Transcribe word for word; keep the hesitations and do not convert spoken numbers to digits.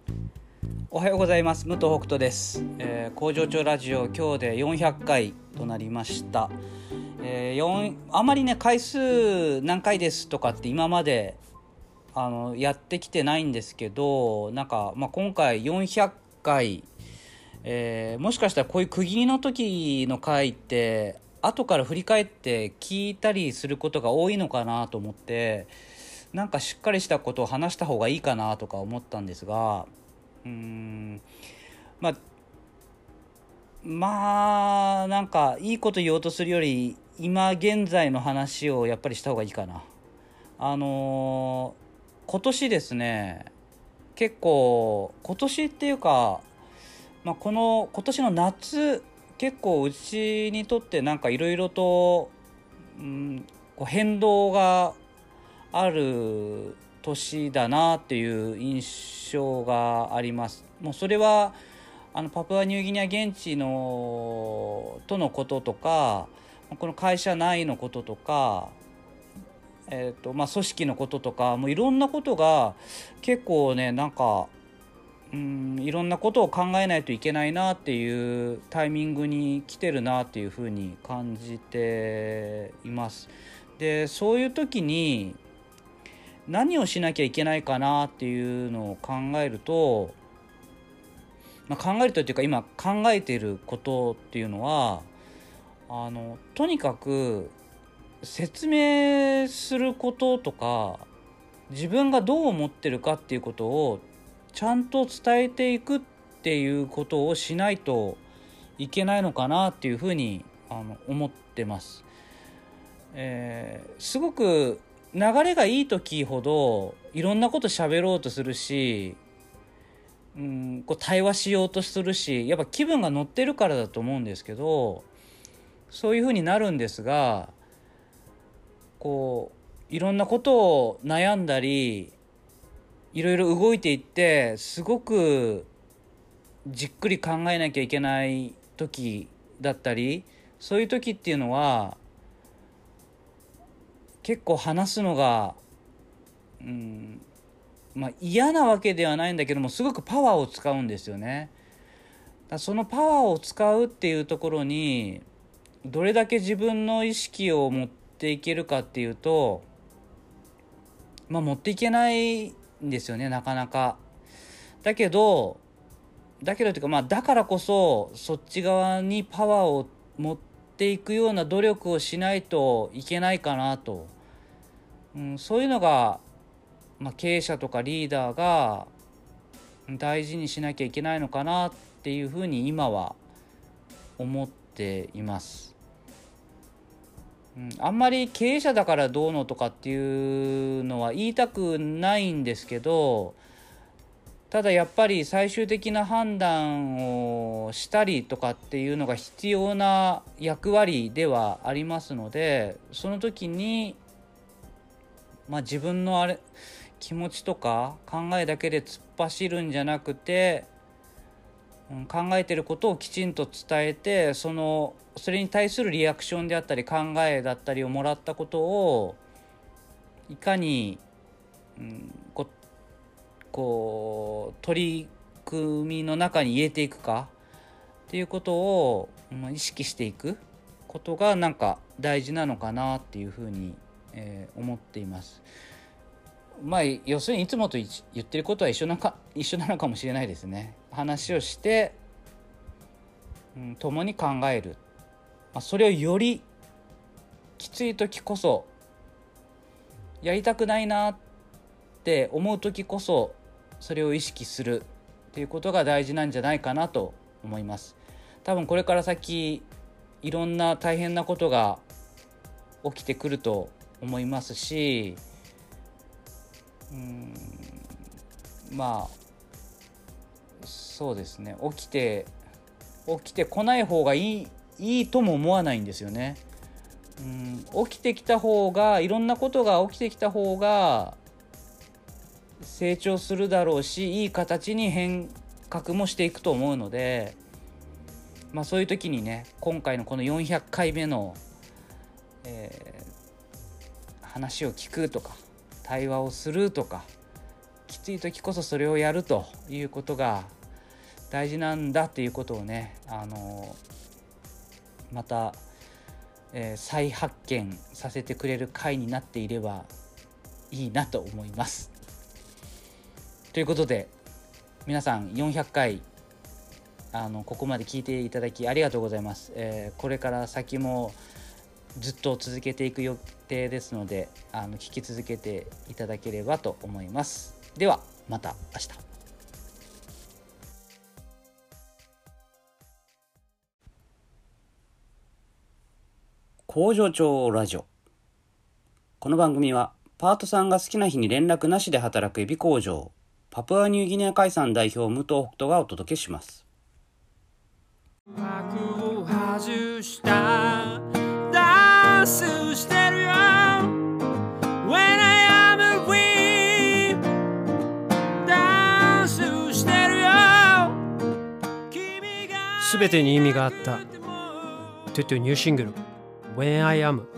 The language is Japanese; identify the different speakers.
Speaker 1: おはようございます。武藤北斗です、えー、工場長ラジオ今日でよんひゃっかいとなりました、えー、よんあまりね回数何回ですとかって今まであのやってきてないんですけど、なんか、まあ、今回よんひゃっかい、えー、もしかしたらこういう区切りの時の回って後から振り返って聞いたりすることが多いのかなと思って、なんかしっかりしたことを話した方がいいかなとか思ったんですが、うーんまあまあなんかいいこと言おうとするより今現在の話をやっぱりした方がいいかな。あのー今年ですね、結構今年っていうか、まあ、この今年の夏結構うちにとってなんかいろいろと、うん、こう変動がある年だなっていう印象があります。もうそれはあのパプアニューギニア現地のとのこととか、この会社内のこととか、えーとまあ、組織のこととか、もういろんなことが結構ね、なんかうんいろんなことを考えないといけないなっていうタイミングに来てるなっていうふうに感じています。で、そういう時に何をしなきゃいけないかなっていうのを考えると、まあ、考えるとっていうか今考えていることっていうのは、あのとにかく説明することとか、自分がどう思ってるかっていうことをちゃんと伝えていくっていうことをしないといけないのかなっていうふうにあの思ってます。えーすごく流れがいい時ほどいろんなこと喋ろうとするし、うん、こう対話しようとするし、やっぱ気分が乗ってるからだと思うんですけど、そういうふうになるんですが、こういろんなことを悩んだりいろいろ動いていって、すごくじっくり考えなきゃいけない時だったり、そういう時っていうのは結構話すのが、うんまあ、嫌なわけではないんだけども、すごくパワーを使うんですよね。だそのパワーを使うっていうところにどれだけ自分の意識を持っていけるかっていうと、まあ持っていけないんですよね、なかなか。だけどだけどというか、まあだからこそそっち側にパワーを持っていくような努力をしないといけないかなと、うん、そういうのが、まあ、経営者とかリーダーが大事にしなきゃいけないのかなっていうふうに今は思っています。うん、あんまり経営者だからどうのとかっていうのは言いたくないんですけど、ただやっぱり最終的な判断をしたりとかっていうのが必要な役割ではありますので、その時に、まあ、自分のあれ気持ちとか考えだけで突っ走るんじゃなくて、うん、考えてることをきちんと伝えて、そのそれに対するリアクションであったり考えだったりをもらったことをいかに、うん、ここう取り組みの中に入れていくかっていうことを、まあ、意識していくことがなんか大事なのかなっていうふうに、えー思っています。まあ要するにいつもと言ってることは一緒なか一緒なのかもしれないですね。話をして、うん、共に考える、まあ、それをよりきつい時こそ、やりたくないなって思う時こそそれを意識するっていうことが大事なんじゃないかなと思います。多分これから先いろんな大変なことが起きてくると思いますし、うーんまあそうですね、起きて起きてこない方がいいいいとも思わないんですよね。うん起きてきた方が、いろんなことが起きてきた方が成長するだろうし、いい形に変革もしていくと思うので、まあそういう時にね、今回のこのよんひゃっかいめの、えー話を聞くとか対話をするとかきつい時こそそれをやるということが大事なんだっていうことをね、あのまた、えー、再発見させてくれる回になっていればいいなと思います。ということで皆さんよんひゃっかいあのここまで聞いていただきありがとうございます。えー、これから先もずっと続けていく予定ですので、あの聞き続けていただければと思います。ではまた明日。工場長ラジオ。この番組はパートさんが好きな日に連絡なしで働くエビ工場パプアニューギニア海産代表武藤北斗がお届けします。幕を外したダンスしてるよ When I am free ダンスしてるよ
Speaker 2: すべてに意味があったトゥトゥニューシングル When I am